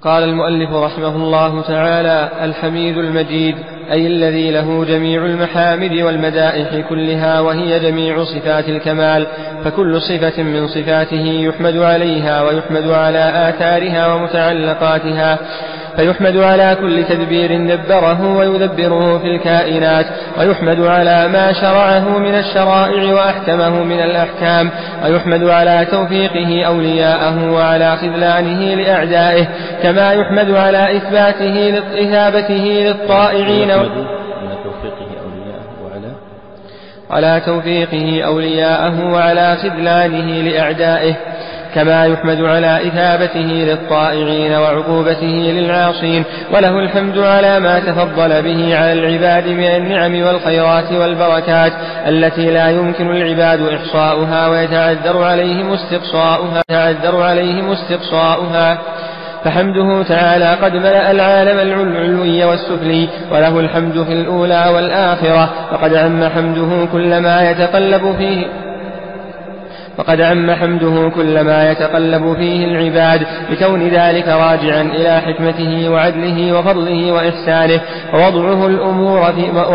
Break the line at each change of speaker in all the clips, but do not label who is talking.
قال المؤلف رحمه الله تعالى: الحميد المجيد، أي الذي له جميع المحامد والمدائح كلها، وهي جميع صفات الكمال، فكل صفة من صفاته يحمد عليها ويحمد على آثارها ومتعلقاتها، فيحمد على كل تدبير دبره ويدبره في الكائنات، ويحمد على ما شرعه من الشرائع وأحكمه من الأحكام، ويحمد على توفيقه أولياءه وعلى خذلانه لأعدائه، كما يحمد على إثابته للطائعين على توفيقه أولياءه وعلى خذلانه لأعدائه، كما يحمد على إثابته للطائعين وعقوبته للعاصين. وله الحمد على ما تفضل به على العباد من النعم والخيرات والبركات التي لا يمكن العباد إحصاؤها ويتعذر عليهم استقصاؤها، فحمده تعالى قد ملأ العالم العلوي والسفلي، وله الحمد في الأولى والآخرة، فقد عم حمده كل ما يتقلب فيه العباد، بكون ذلك راجعا إلى حكمته وعدله وفضله وإحسانه، ووضعه الأمور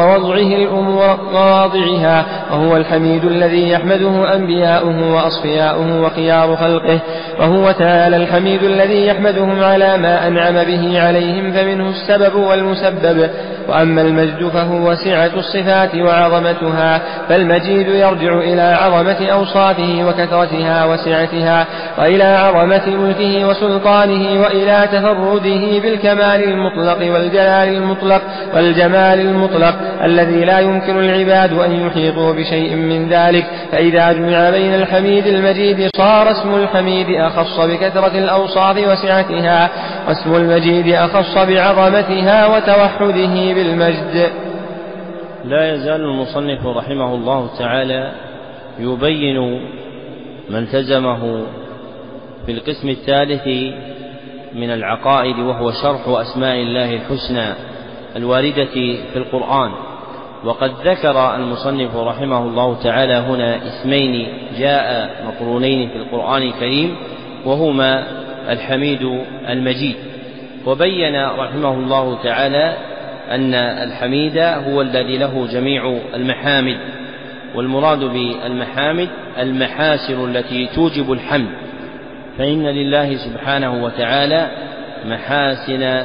مواضعها، وهو الحميد الذي يحمده أنبياؤه وأصفياؤه وخيار خلقه، وهو تعالى الحميد الذي يحمدهم على ما أنعم به عليهم، فمنه السبب والمسبب. وأما المجد فهو سعة الصفات وعظمتها، فالمجيد يرجع إلى عظمة أوصافه وكثرتها وسعتها، وإلى عظمة ملكه وسلطانه، وإلى تفرده بالكمال المطلق والجمال المطلق الذي لا يمكن العباد أن يحيطوا بشيء من ذلك. فإذا جمع بين الحميد المجيد صار اسم الحميد أخص بكثرة الأوصاف وسعتها، واسم المجيد أخص بعظمتها وتوحده بالمجد.
لا يزال المصنف رحمه الله تعالى يبين ما التزمه في القسم الثالث من العقائد، وهو شرح أسماء الله الحسنى الواردة في القرآن. وقد ذكر المصنف رحمه الله تعالى هنا اسمين جاء مقرونين في القرآن الكريم، وهما الحميد المجيد. وبين رحمه الله تعالى أن الحميد هو الذي له جميع المحامد، والمراد بالمحامد المحاسن التي توجب الحمد، فإن لله سبحانه وتعالى محاسنا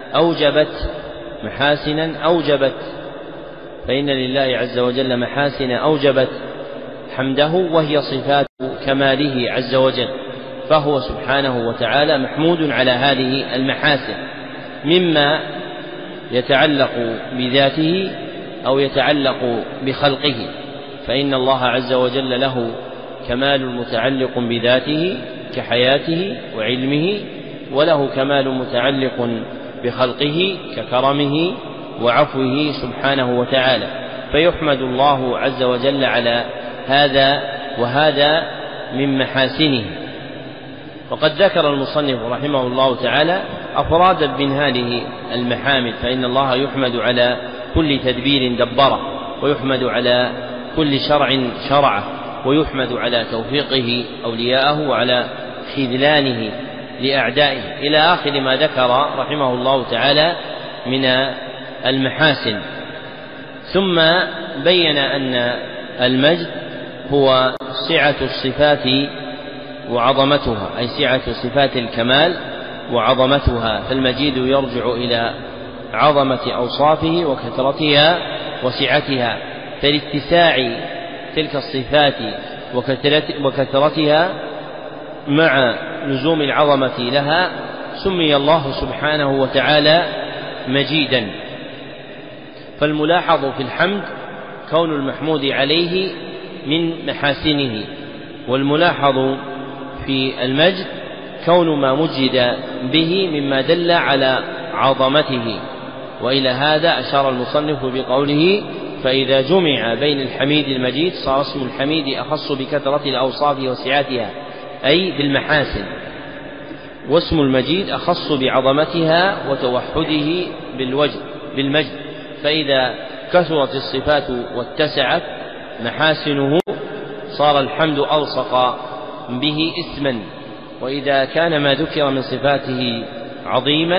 أوجبت فإن لله عز وجل محاسن أوجبت حمده، وهي صفات كماله عز وجل، فهو سبحانه وتعالى محمود على هذه المحاسن، مما يتعلق بذاته أو يتعلق بخلقه، فإن الله عز وجل له كمال متعلق بذاته كحياته وعلمه، وله كمال متعلق بخلقه ككرمه وعفوه سبحانه وتعالى، فيحمد الله عز وجل على هذا، وهذا من محاسنه. وقد ذكر المصنف رحمه الله تعالى أفرادا من هذه المحامد، فإن الله يحمد على كل تدبير دبره، ويحمد على كل شرع شرعه، ويحمد على توفيقه أولياءه وعلى خذلانه لأعدائه، إلى آخر ما ذكر رحمه الله تعالى من المحاسن. ثم بين أن المجد هو سعة الصفات وعظمتها، أي سعة صفات الكمال وعظمتها، فالمجيد يرجع إلى عظمة أوصافه وكثرتها وسعتها، فلاتساع تلك الصفات وكثرتها مع لزوم العظمة لها سمي الله سبحانه وتعالى مجيدا. فالملاحظ في الحمد كون المحمود عليه من محاسنه، والملاحظ في المجد كون ما مجد به مما دل على عظمته. وإلى هذا أشار المصنف بقوله: فإذا جمع بين الحميد المجيد صار اسم الحميد أخص بكثرة الأوصاف وسعتها، أي بالمحاسن، واسم المجيد أخص بعظمتها وتوحده بالمجد، فإذا كثرت الصفات واتسعت محاسنه صار الحمد ألصق به اسما، وإذا كان ما ذكر من صفاته عظيما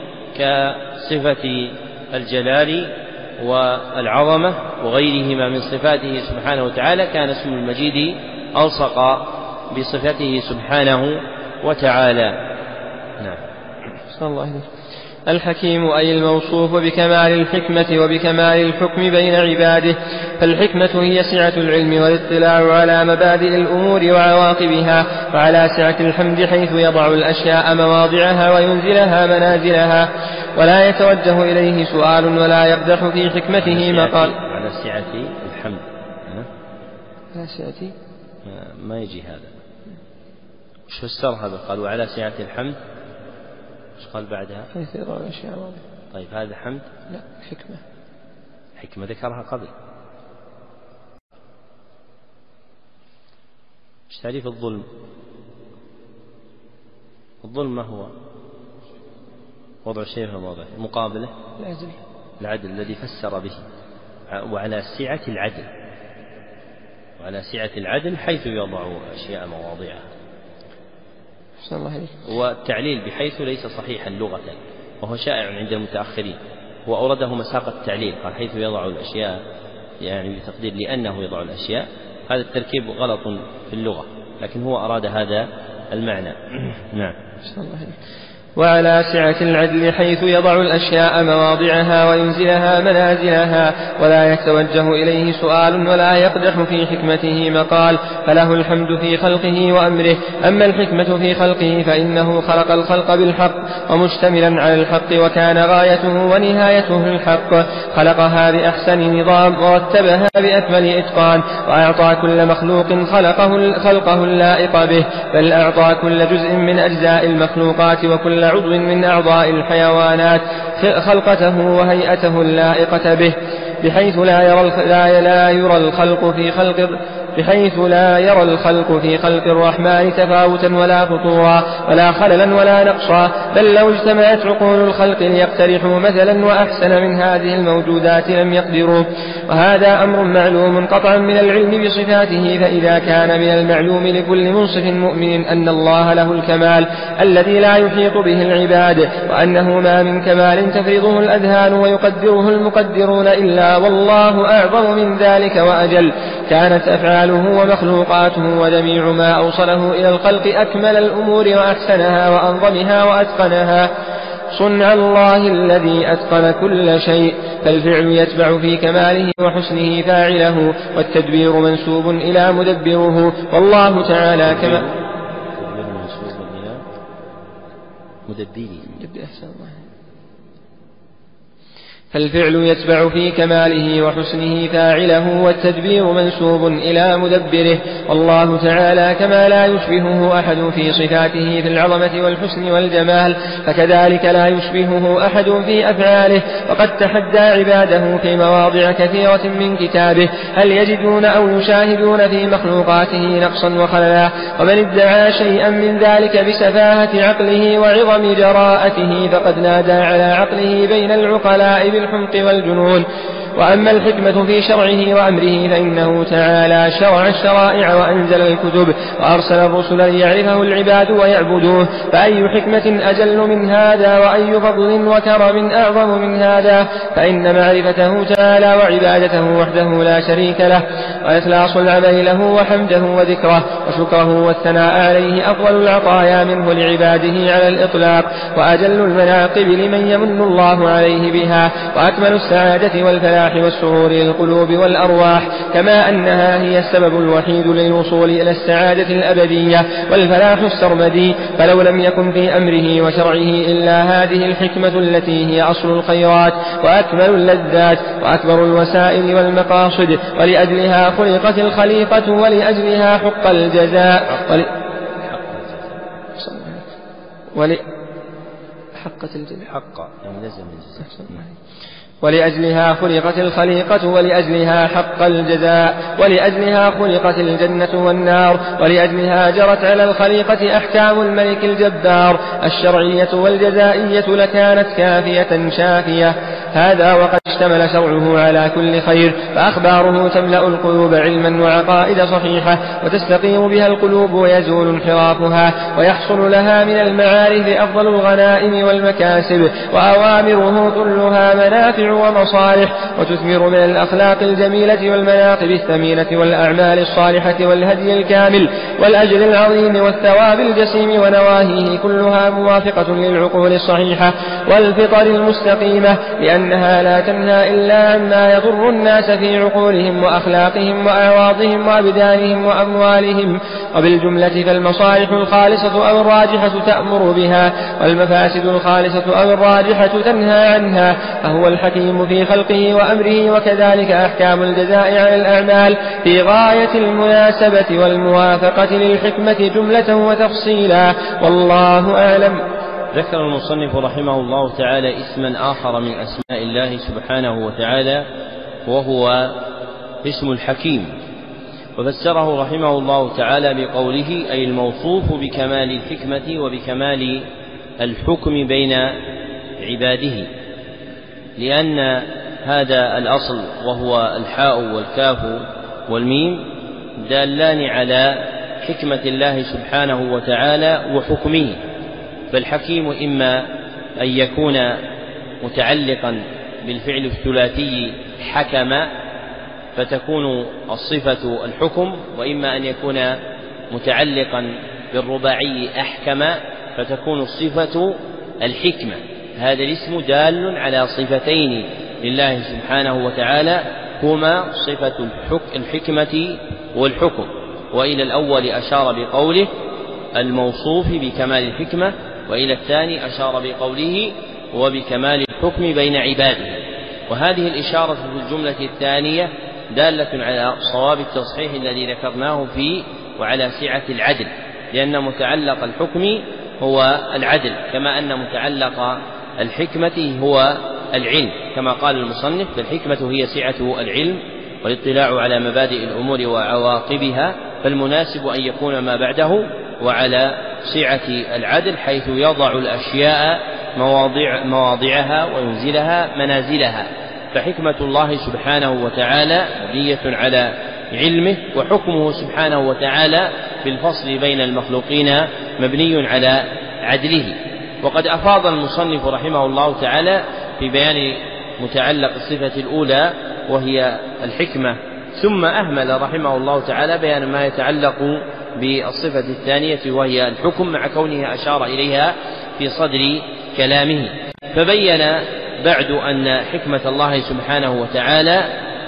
كصفة الجلال والعظمة وغيرهما من صفاته سبحانه وتعالى، كان اسم المجيد ألصق بصفته سبحانه وتعالى. نعم.
صلى الله عليه وسلم. الحكيم أي الموصوف بكمال الحكمة وبكمال الحكم بين عباده، فالحكمة هي سعة العلم والاطلاع على مبادئ الأمور وعواقبها، وعلى سعة الحمد حيث يضع الأشياء مواضعها وينزلها منازلها، ولا يتوجه إليه سؤال ولا يقدح في حكمته مقال.
على سعة الحمد
على سعة
ما يجي هذا. وش فسر هذا؟ قال وعلى سعة الحمد، وش قال بعدها؟
حيث يضع الأشياء مواضعها.
طيب هذا حمد؟
لا، حكمة
ذكرها قبل. ايش تعريف الظلم؟ الظلم ما هو؟ وضع الشيء في موضعه، مقابله العدل الذي فسر به. وعلى سعة العدل، وعلى سعة العدل حيث يضع أشياء مواضعها. والتعليل بحيث ليس صحيحا لغة، وهو شائع عند المتأخرين، وأورده مساق التعليل، قال حيث يضع الأشياء، يعني بتقدير لأنه يضع الأشياء. هذا التركيب غلط في اللغة، لكن هو أراد هذا المعنى. نعم.
وعلى سعة العدل حيث يضع الأشياء مواضعها وينزلها منازلها، ولا يتوجه إليه سؤال ولا يقدح في حكمته مقال، فله الحمد في خلقه وأمره. أما الحكمة في خلقه فإنه خلق الخلق بالحق ومشتملا على الحق، وكان غايته ونهايته الحق، خلقها بأحسن نظام ورتبها بأكمل إتقان، وأعطى كل مخلوق خلقه اللائق به، بل أعطى كل جزء من أجزاء المخلوقات وكل عضو من أعضاء الحيوانات خلقته وهيئته اللائقة به، بحيث لا يرى الخلق في خلق الرحمن تفاوتا ولا خطورا ولا خللا ولا نقصا، بل لو اجتمعت عقول الخلق ليقترحوا مثلا وأحسن من هذه الموجودات لم يقدروا. وهذا أمر معلوم قطعا من العلم بصفاته، فإذا كان من المعلوم لكل منصف مؤمن أن الله له الكمال الذي لا يحيط به العباد، وأنه ما من كمال تفرضه الأذهان ويقدره المقدرون إلا والله أعظم من ذلك وأجل، كانت أفعاله ومخلوقاته وجميع ما أوصله إلى الخلق أكمل الأمور وأحسنها وأنظمها وأتقنها، صنع الله الذي أتقن كل شيء، فالفعل يتبع في كماله وحسنه فاعله، والتدبير منسوب إلى مدبره، والله تعالى كما
منسوب إلى مدبره.
فالفعل يتبع في كماله وحسنه فاعله، والتدبير منسوب إلى مدبره، والله تعالى كما لا يشبهه أحد في صفاته في العظمة والحسن والجمال، فكذلك لا يشبهه أحد في أفعاله. وقد تحدى عباده في مواضع كثيرة من كتابه هل يجدون أو يشاهدون في مخلوقاته نقصا وخللا، ومن ادعى شيئا من ذلك بسفاهة عقله وعظم جراءته فقد نادى على عقله بين العقلاء بالحمق والجنون. وأما الحكمة في شرعه وأمره فإنه تعالى شرع الشرائع وأنزل الكتب وأرسل الرسل ليعرفه العباد ويعبدوه، فأي حكمة أجل من هذا، وأي فضل وكرم أعظم من هذا، فإن معرفته تعالى وعبادته وحده لا شريك له، وإخلاص العمل له وحمده وذكره وشكره والثناء عليه أفضل العطايا منه لعباده على الإطلاق، وأجل المناقب لمن يمن الله عليه بها، وأكمل السعادة والفلاح والسرور للقلوب والأرواح، كما أنها هي السبب الوحيد للوصول إلى السعادة الأبدية والفلاح السرمدي. فلو لم يكن في أمره وشرعه إلا هذه الحكمة التي هي أصل الخيرات وأكمل اللذات وأكبر الوسائل والمقاصد، ولأجلها خلقت الخليقة ولأجلها حق الجزاء ولأجلها خلقت الخليقة ولأجلها حق الجزاء، ولأجلها خلقت الجنة والنار، ولأجلها جرت على الخليقة أحكام الملك الجبار الشرعية والجزائية لكانت كافية شافية. هذا وقد اشتمل شرعه على كل خير، فأخباره تملأ القلوب علما وعقائد صحيحة، وتستقيم بها القلوب ويزول انحرافها، ويحصل لها من المعارف أفضل الغنائم والمكاسب، وأوامره كلها منافع ومصالح، وتثمر من الأخلاق الجميلة والمناقب الثمينة والأعمال الصالحة والهدي الكامل والأجر العظيم والثواب الجسيم، ونواهيه كلها موافقة للعقول الصحيحة والفطر المستقيمة، لأنها لا تنهى إلا عما يضر الناس في عقولهم وأخلاقهم وأعراضهم وأبدانهم وأموالهم. وبالجملة فالمصالح الخالصة أو الراجحة تأمر بها، والمفاسد الخالصة أو الراجحة تنهى عنها، فهو الحكيم في خلقه وأمره. وكذلك أحكام الجزاء على الأعمال في غاية المناسبة والموافقة للحكمة جملة وتفصيلا، والله أعلم.
ذكر المصنف رحمه الله تعالى اسما آخر من أسماء الله سبحانه وتعالى، وهو اسم الحكيم، وفسره رحمه الله تعالى بقوله أي الموصوف بكمال الحكمة وبكمال الحكم بين عباده، لأن هذا الأصل وهو الحاء والكاف والميم دالان على حكمة الله سبحانه وتعالى وحكمه. فالحكيم إما أن يكون متعلقا بالفعل الثلاثي حكم فتكون الصفة الحكم، وإما أن يكون متعلقا بالرباعي أحكم فتكون الصفة الحكمة. هذا الاسم دال على صفتين لله سبحانه وتعالى هما صفة الحكمة والحكم. وإلى الأول أشار بقوله الموصوف بكمال الحكمة، وإلى الثاني أشار بقوله وبكمال الحكم بين عباده. وهذه الإشارة في الجملة الثانية دالة على صواب التصحيح الذي ذكرناه فيه وعلى سعة العدل، لأن متعلق الحكم هو العدل، كما أن متعلق الحكمة هو العلم، كما قال المصنف فالحكمة هي سعة العلم والاطلاع على مبادئ الأمور وعواقبها، فالمناسب أن يكون ما بعده وعلى سعة العدل، حيث يضع الأشياء مواضعها وينزلها منازلها. فحكمة الله سبحانه وتعالى مبنية على علمه، وحكمه سبحانه وتعالى في الفصل بين المخلوقين مبني على عدله. وقد أفاض المصنف رحمه الله تعالى في بيان متعلق الصفة الأولى وهي الحكمة، ثم أهمل رحمه الله تعالى بيان ما يتعلق بالصفة الثانية وهي الحكم، مع كونه أشار إليها في صدر كلامه. فبين بعد أن حكمة الله سبحانه وتعالى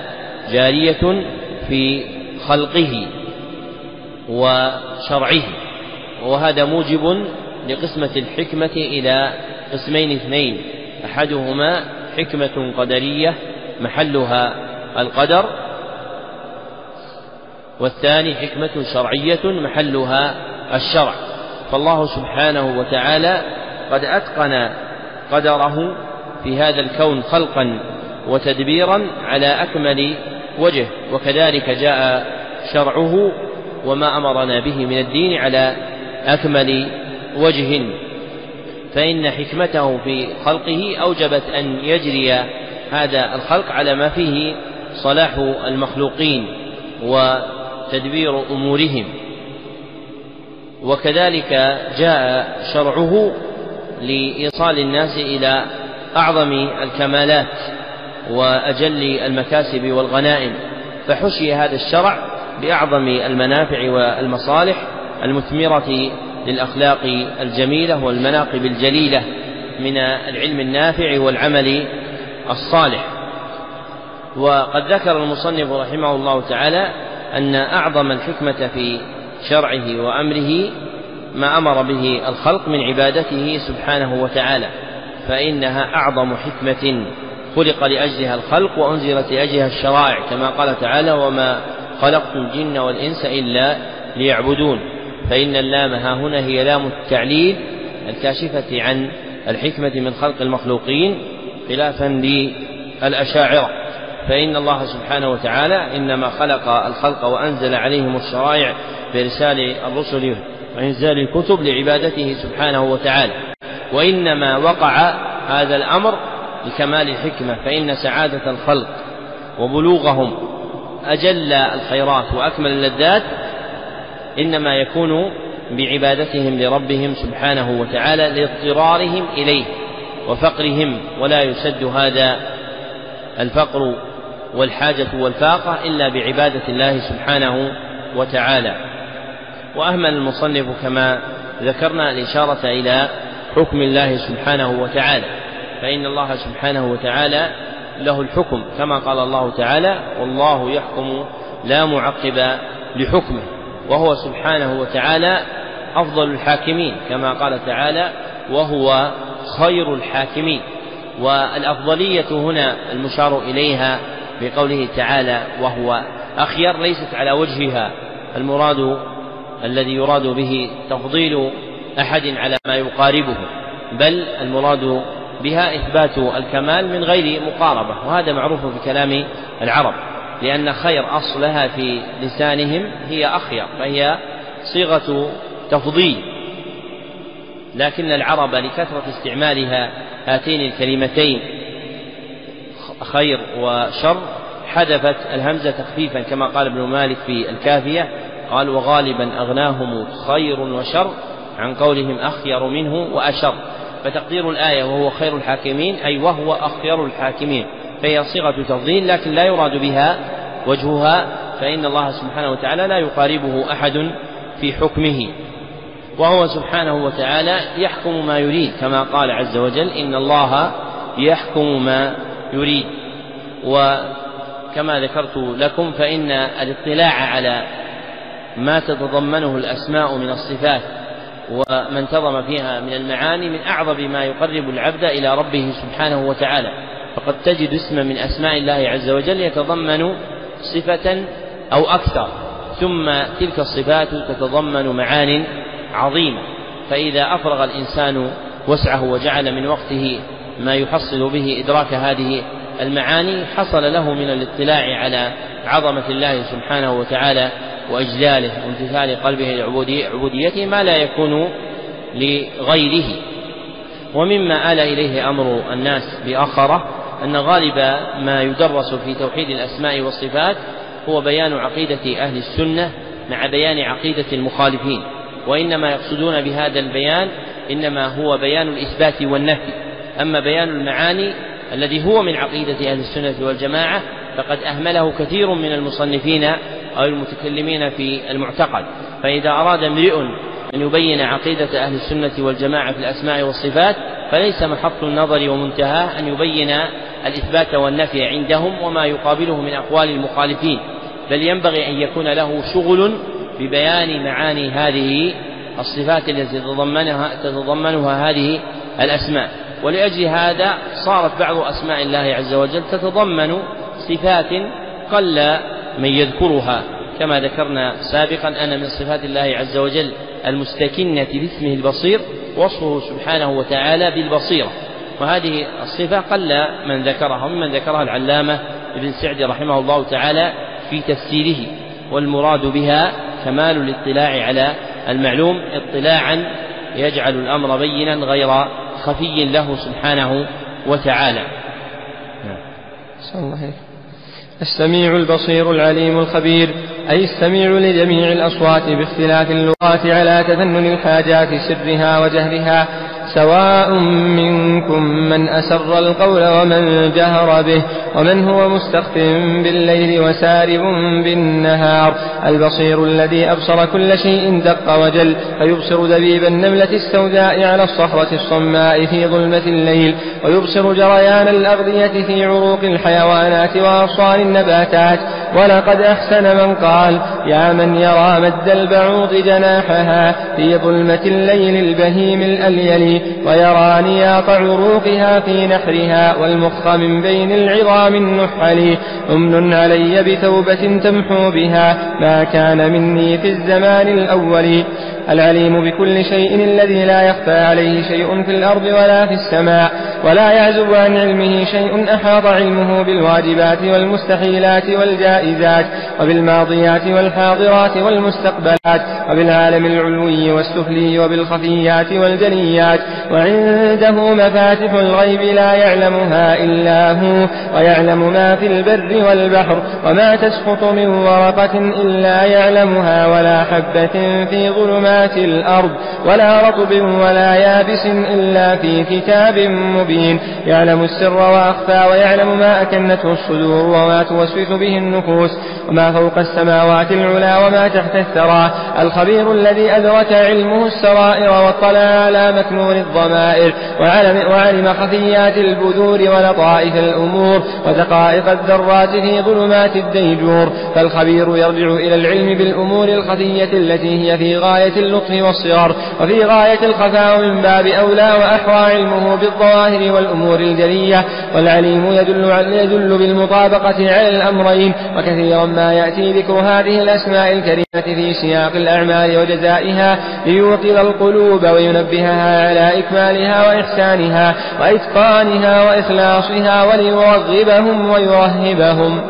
جارية في خلقه وشرعه، وهذا موجب لقسمة الحكمة إلى قسمين اثنين، أحدهما حكمة قدرية محلها القدر، والثاني حكمة شرعية محلها الشرع. فالله سبحانه وتعالى قد أتقن قدره في هذا الكون خلقا وتدبيرا على أكمل وجه، وكذلك جاء شرعه وما أمرنا به من الدين على أكمل وجه. فإن حكمته في خلقه أوجبت أن يجري هذا الخلق على ما فيه صلاح المخلوقين وتدبير أمورهم، وكذلك جاء شرعه لإيصال الناس إلى أعظم الكمالات وأجل المكاسب والغنائم، فحشي هذا الشرع بأعظم المنافع والمصالح المثمرة للأخلاق الجميلة والمناقب الجليلة من العلم النافع والعمل الصالح. وقد ذكر المصنف رحمه الله تعالى أن أعظم الحكمة في شرعه وأمره ما أمر به الخلق من عبادته سبحانه وتعالى، فإنها أعظم حكمة خلق لأجلها الخلق وأنزلت لأجلها الشرائع، كما قال تعالى وما خلقت الجن والإنس إلا ليعبدون. فإن اللام ها هنا هي لام التعليل الكاشفة عن الحكمة من خلق المخلوقين، خلافا للأشاعرة، فإن الله سبحانه وتعالى إنما خلق الخلق وأنزل عليهم الشرائع بإرسال الرسل وإنزال الكتب لعبادته سبحانه وتعالى. وإنما وقع هذا الأمر لكمال الحكمة، فإن سعادة الخلق وبلوغهم أجل الخيرات وأكمل اللذات إنما يكون بعبادتهم لربهم سبحانه وتعالى لاضطرارهم إليه وفقرهم، ولا يسد هذا الفقر والحاجة والفاقة إلا بعبادة الله سبحانه وتعالى. وأهمل المصنف كما ذكرنا الإشارة إلى حكم الله سبحانه وتعالى، فإن الله سبحانه وتعالى له الحكم كما قال الله تعالى: والله يحكم لا معقب لحكمه، وهو سبحانه وتعالى أفضل الحاكمين كما قال تعالى: وهو خير الحاكمين. والأفضلية هنا المشار إليها بقوله تعالى وهو أخير ليست على وجهها المراد الذي يراد به تفضيل أحد على ما يقاربه، بل المراد بها إثبات الكمال من غير مقاربة، وهذا معروف في كلام العرب، لأن خير أصلها في لسانهم هي أخير، فهي صيغة تفضيل، لكن العرب لكثرة استعمالها هاتين الكلمتين خير وشر حذفت الهمزة تخفيفا، كما قال ابن مالك في الكافية قال: وغالبا أغناهم خير وشر عن قولهم أخير منه وأشر. فتقدير الآية وهو خير الحاكمين أي وهو أخير الحاكمين، فهي صيغة تفضيل لكن لا يراد بها وجهها، فإن الله سبحانه وتعالى لا يقاربه أحد في حكمه، وهو سبحانه وتعالى يحكم ما يريد كما قال عز وجل: إن الله يحكم ما يريد. وكما ذكرت لكم فإن الاطلاع على ما تتضمنه الأسماء من الصفات وما انتظم فيها من المعاني من أعظم ما يقرب العبد إلى ربه سبحانه وتعالى، فقد تجد اسما من أسماء الله عز وجل يتضمن صفة أو أكثر، ثم تلك الصفات تتضمن معان عظيمة، فإذا أفرغ الإنسان وسعه وجعل من وقته ما يحصل به إدراك هذه المعاني حصل له من الاطلاع على عظمة الله سبحانه وتعالى وإجلاله وامتثال قلبه لعبوديته ما لا يكون لغيره. ومما آل إليه أمر الناس بآخرة أن غالب ما يدرس في توحيد الأسماء والصفات هو بيان عقيدة أهل السنة مع بيان عقيدة المخالفين، وإنما يقصدون بهذا البيان إنما هو بيان الإثبات والنفي. أما بيان المعاني الذي هو من عقيدة أهل السنة والجماعة فقد أهمله كثير من المصنفين أو المتكلمين في المعتقد، فإذا أراد امرئ أن يبين عقيدة أهل السنة والجماعة في الأسماء والصفات فليس محط النظر ومنتهاه أن يبين الإثبات والنفي عندهم وما يقابله من أقوال المخالفين، بل ينبغي أن يكون له شغل ببيان معاني هذه الصفات التي تتضمنها هذه الأسماء. ولأجل هذا صارت بعض أسماء الله عز وجل تتضمن صفات قل من يذكرها، كما ذكرنا سابقا أن من صفات الله عز وجل المستكنة باسمه البصير وصفه سبحانه وتعالى بالبصيرة، وهذه الصفة قل من ذكرها، ومن ذكرها العلامة ابن سعدي رحمه الله تعالى في تفسيره، والمراد بها كمال الاطلاع على المعلوم اطلاعا يجعل الأمر بينا غير خفي له سبحانه وتعالى.
السميع البصير العليم الخبير، أي السميع لجميع الأصوات باختلاف اللغات على تفنن الحاجات سرها وجهرها، سواء منكم من أسر القول ومن جهر به ومن هو مستخف بالليل وسارب بالنهار، البصير الذي أبصر كل شيء دق وجل، فيبصر دبيب النملة السوداء على الصخرة الصماء في ظلمة الليل، ويبصر جريان الأغذية في عروق الحيوانات وأغصان النباتات. ولقد أحسن من قال: يا من يرى مد البعوض جناحها في ظلمة الليل البهيم الأليل، ويرى نياط عروقها في نحرها والمخ من بين العظام النحل، أمن علي بتوبة تمحو بها ما كان مني في الزمان الأول، العليم بكل شيء الذي لا يخفى عليه شيء في الأرض ولا في السماء، ولا يعزب عن علمه شيء أحاط علمه بالواجبات والمستحيلات والجائزات وبالماضيات والحاضرات والمستقبلات وبالعالم العلوي والسفلي وبالخفيات والجليات. وعنده مفاتح الغيب لا يعلمها إلا هو، ويعلم ما في البر والبحر، وما تسقط من ورقة إلا يعلمها، ولا حبة في ظلمات الأرض، ولا رطب ولا يابس إلا في كتاب مبين. يعلم السر وأخفى، ويعلم ما أكنته الصدور وما توسوس به النفوس، وما فوق السماوات العلا وما تحت الثرى. الخبير الذي أدرك علمه السرائر واطلع على مكنون الضمائر، وعلم خفيات البذور ولطائف الأمور ودقائق الذرات في ظلمات الديجور. فالخبير يرجع إلى العلم بالأمور الخفية التي هي في غاية اللطف والصغر وفي غاية الخفاء من باب أولى، وأحوى علمه بالظواهر والأمور الجلية. والعليم يدل بالمطابقة على الأمرين. وكثيرا ما يأتي ذكر هذه الأسماء الكريمة في سياق الأعمال وجزائها ليوقظ القلوب وينبهها على إكمالها وإحسانها وإتقانها وإخلاصها وليرغبهم ويرهبهم.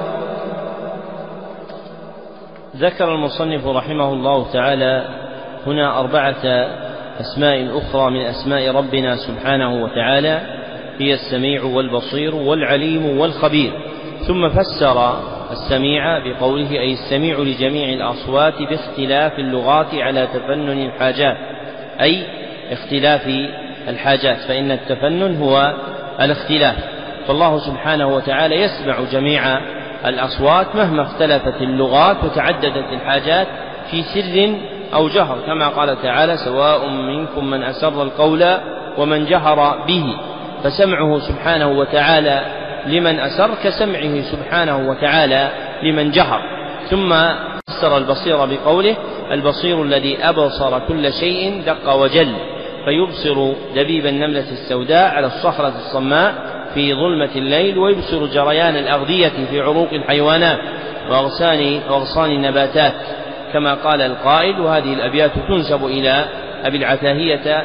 ذكر المصنف رحمه الله تعالى هنا 4 أسماء أخرى من أسماء ربنا سبحانه وتعالى، هي السميع والبصير والعليم والخبير. ثم فسر السميع بقوله أي السميع لجميع الأصوات باختلاف اللغات على تفنن الحاجات، أي اختلاف الحاجات، فإن التفنن هو الاختلاف. فالله سبحانه وتعالى يسمع جميع الأصوات مهما اختلفت اللغات وتعددت الحاجات في سر أو جهر، كما قال تعالى سواء منكم من أسر القول ومن جهر به. فسمعه سبحانه وتعالى لمن أسر كسمعه سبحانه وتعالى لمن جهر. ثم فسر البصير بقوله البصير الذي أبصر كل شيء دق وجل، فيبصر دبيب النملة السوداء على الصخرة الصماء في ظلمة الليل، ويبصر جريان الأغذية في عروق الحيوانات وأغصان النباتات، كما قال القائل. وهذه الأبيات تنسب إلى أبي العتاهية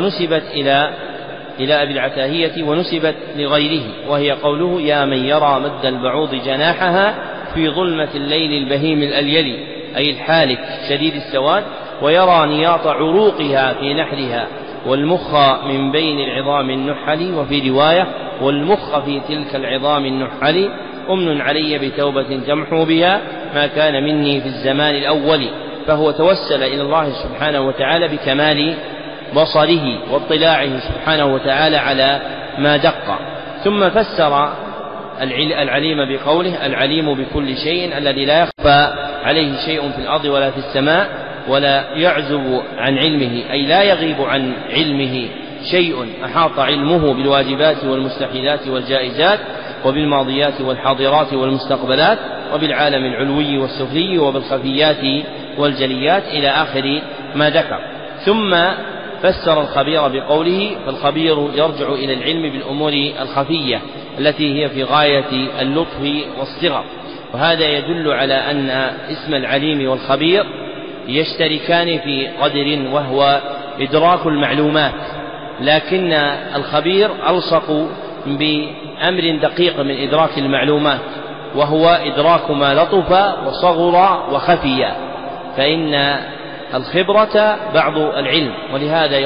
ونسبت لغيره، وهي قوله يا من يرى مد البعوض جناحها في ظلمة الليل البهيم الأليل، أي الحالك شديد السواد، ويرى نياط عروقها في نحرها، والمخ من بين العظام النحل، وفي رواية والمخ في تلك العظام النحل، أمن علي بتوبة تمحو بها ما كان مني في الزمان الأول. فهو توسل إلى الله سبحانه وتعالى بكمال بصره واطلاعه سبحانه وتعالى على ما دق. ثم فسر العليم بقوله العليم بكل شيء الذي لا يخفى عليه شيء في الأرض ولا في السماء ولا يعزب عن علمه، أي لا يغيب عن علمه شيء، أحاط علمه بالواجبات والمستحيلات والجائزات وبالماضيات والحاضرات والمستقبلات وبالعالم العلوي والسفلي وبالخفيات والجليات إلى آخر ما ذكر. ثم فسر الخبير بقوله فالخبير يرجع إلى العلم بالأمور الخفية التي هي في غاية اللطف والصغر. وهذا يدل على أن اسم العليم والخبير يشتركان في قدر وهو إدراك المعلومات، لكن الخبير ألصق بأمر دقيق من إدراك المعلومات، وهو إدراك ما لطف وصغر وخفي، فإن الخبرة بعض العلم، ولهذا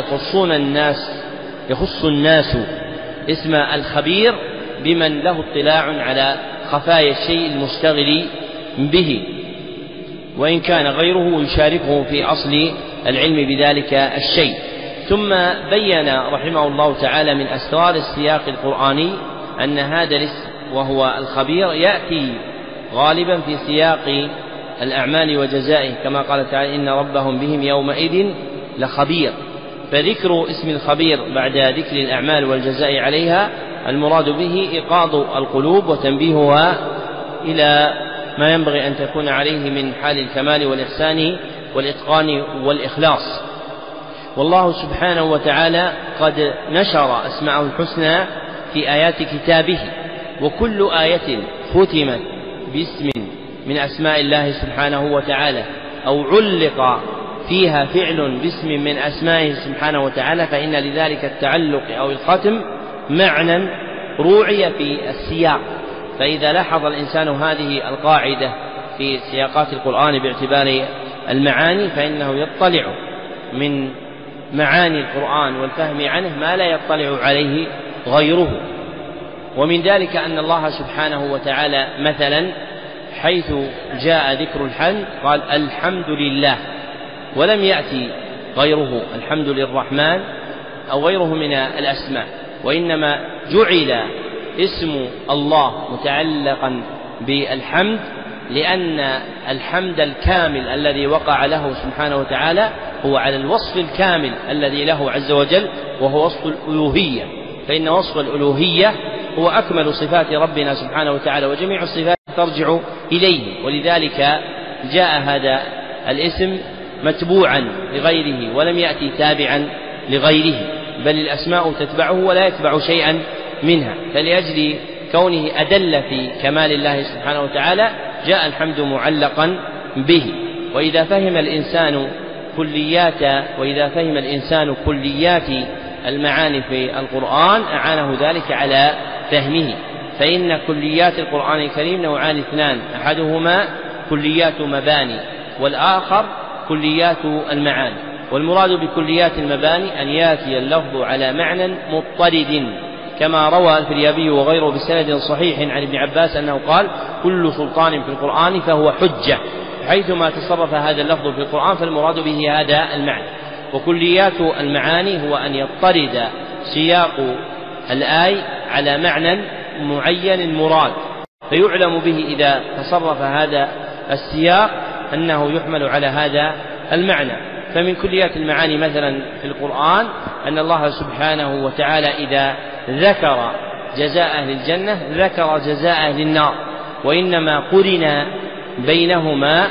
يخص الناس اسم الخبير بمن له اطلاع على خفايا الشيء المشتغل به، وإن كان غيره يشاركه في أصل العلم بذلك الشيء. ثم بين رحمه الله تعالى من أسرار السياق القرآني أن هذا الاسم وهو الخبير يأتي غالبا في سياق الأعمال وجزائه، كما قال تعالى إن ربهم بهم يومئذ لخبير. فذكر اسم الخبير بعد ذكر الأعمال والجزاء عليها المراد به إيقاظ القلوب وتنبيهها إلى ما ينبغي أن تكون عليه من حال الكمال والإحسان والإتقان والإخلاص. والله سبحانه وتعالى قد نشر أسماءه الحسنى في آيات كتابه، وكل آية ختمت باسم من أسماء الله سبحانه وتعالى أو علق فيها فعل باسم من أسمائه سبحانه وتعالى فإن لذلك التعلق أو الختم معنى روعي في السياق. فإذا لاحظ الإنسان هذه القاعدة في سياقات القرآن باعتبار المعاني فإنه يطلع من معاني القرآن والفهم عنه ما لا يطلع عليه غيره. ومن ذلك أن الله سبحانه وتعالى مثلا حيث جاء ذكر الحمد قال الحمد لله، ولم يأتي غيره الحمد للرحمن أو غيره من الأسماء، وإنما جعل اسم الله متعلقا بالحمد لأن الحمد الكامل الذي وقع له سبحانه وتعالى هو على الوصف الكامل الذي له عز وجل، وهو وصف الألوهية، فإن وصف الألوهية هو أكمل صفات ربنا سبحانه وتعالى، وجميع الصفات ترجع إليه، ولذلك جاء هذا الاسم متبوعا لغيره ولم يأتي تابعا لغيره، بل الأسماء تتبعه ولا يتبع شيئا منها. فلأجل كونه أدل في كمال الله سبحانه وتعالى جاء الحمد معلقا به. وإذا فهم الإنسان كليات المعاني في القرآن أعانه ذلك على فهمه، فإن كليات القرآن الكريم نوعان اثنان، أحدهما كليات مباني والآخر كليات المعاني. والمراد بكليات المباني أن يأتي اللفظ على معنى مضطرد، كما روى الفريابي وغيره بسند صحيح عن ابن عباس أنه قال كل سلطان في القرآن فهو حجة، حيثما تصرف هذا اللفظ في القرآن فالمراد به هذا المعنى. وكليات المعاني هو أن يضطرد سياق الآية على معنى معين مراد، فيعلم به إذا تصرف هذا السياق أنه يحمل على هذا المعنى. فمن كليات المعاني مثلا في القرآن أن الله سبحانه وتعالى إذا ذكر جزاء أهل الجنة ذكر جزاء أهل النار، وإنما قرن بينهما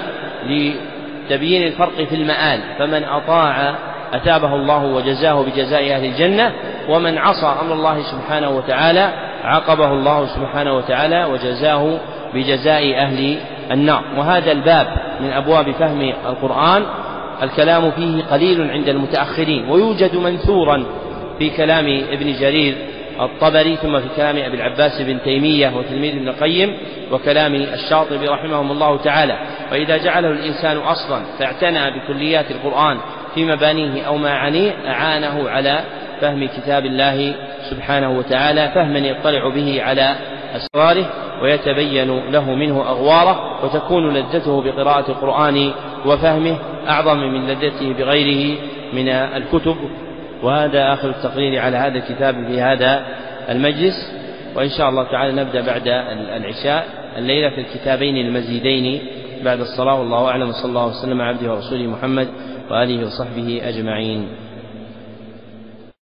لتبيين الفرق في المآل، فمن أطاع أثابه الله وجزاه بجزاء أهل الجنة، ومن عصى أمر الله سبحانه وتعالى عاقبه الله سبحانه وتعالى وجزاه بجزاء أهل النار. وهذا الباب من أبواب فهم القرآن الكلام فيه قليل عند المتأخرين، ويوجد منثورا في كلام ابن جرير الطبري، ثم في كلام أبي العباس بن تيمية وتلميذ ابن القيم، وكلام الشاطبي رحمهم الله تعالى. وإذا جعله الإنسان أصلا فاعتنى بكليات القرآن في مبانيه أو معانيه أعانه على فهم كتاب الله سبحانه وتعالى فهما يطلع به على أسراره ويتبين له منه أغواره، وتكون لذته بقراءة القرآن وفهمه أعظم من لذته بغيره من الكتب. وهذا آخر التقرير على هذا الكتاب في هذا المجلس، وإن شاء الله تعالى نبدأ بعد العشاء الليلة في الكتابين المزيدين بعد الصلاة. والله أعلم، صلى الله وسلم على عبده ورسوله محمد وآله وصحبه أجمعين.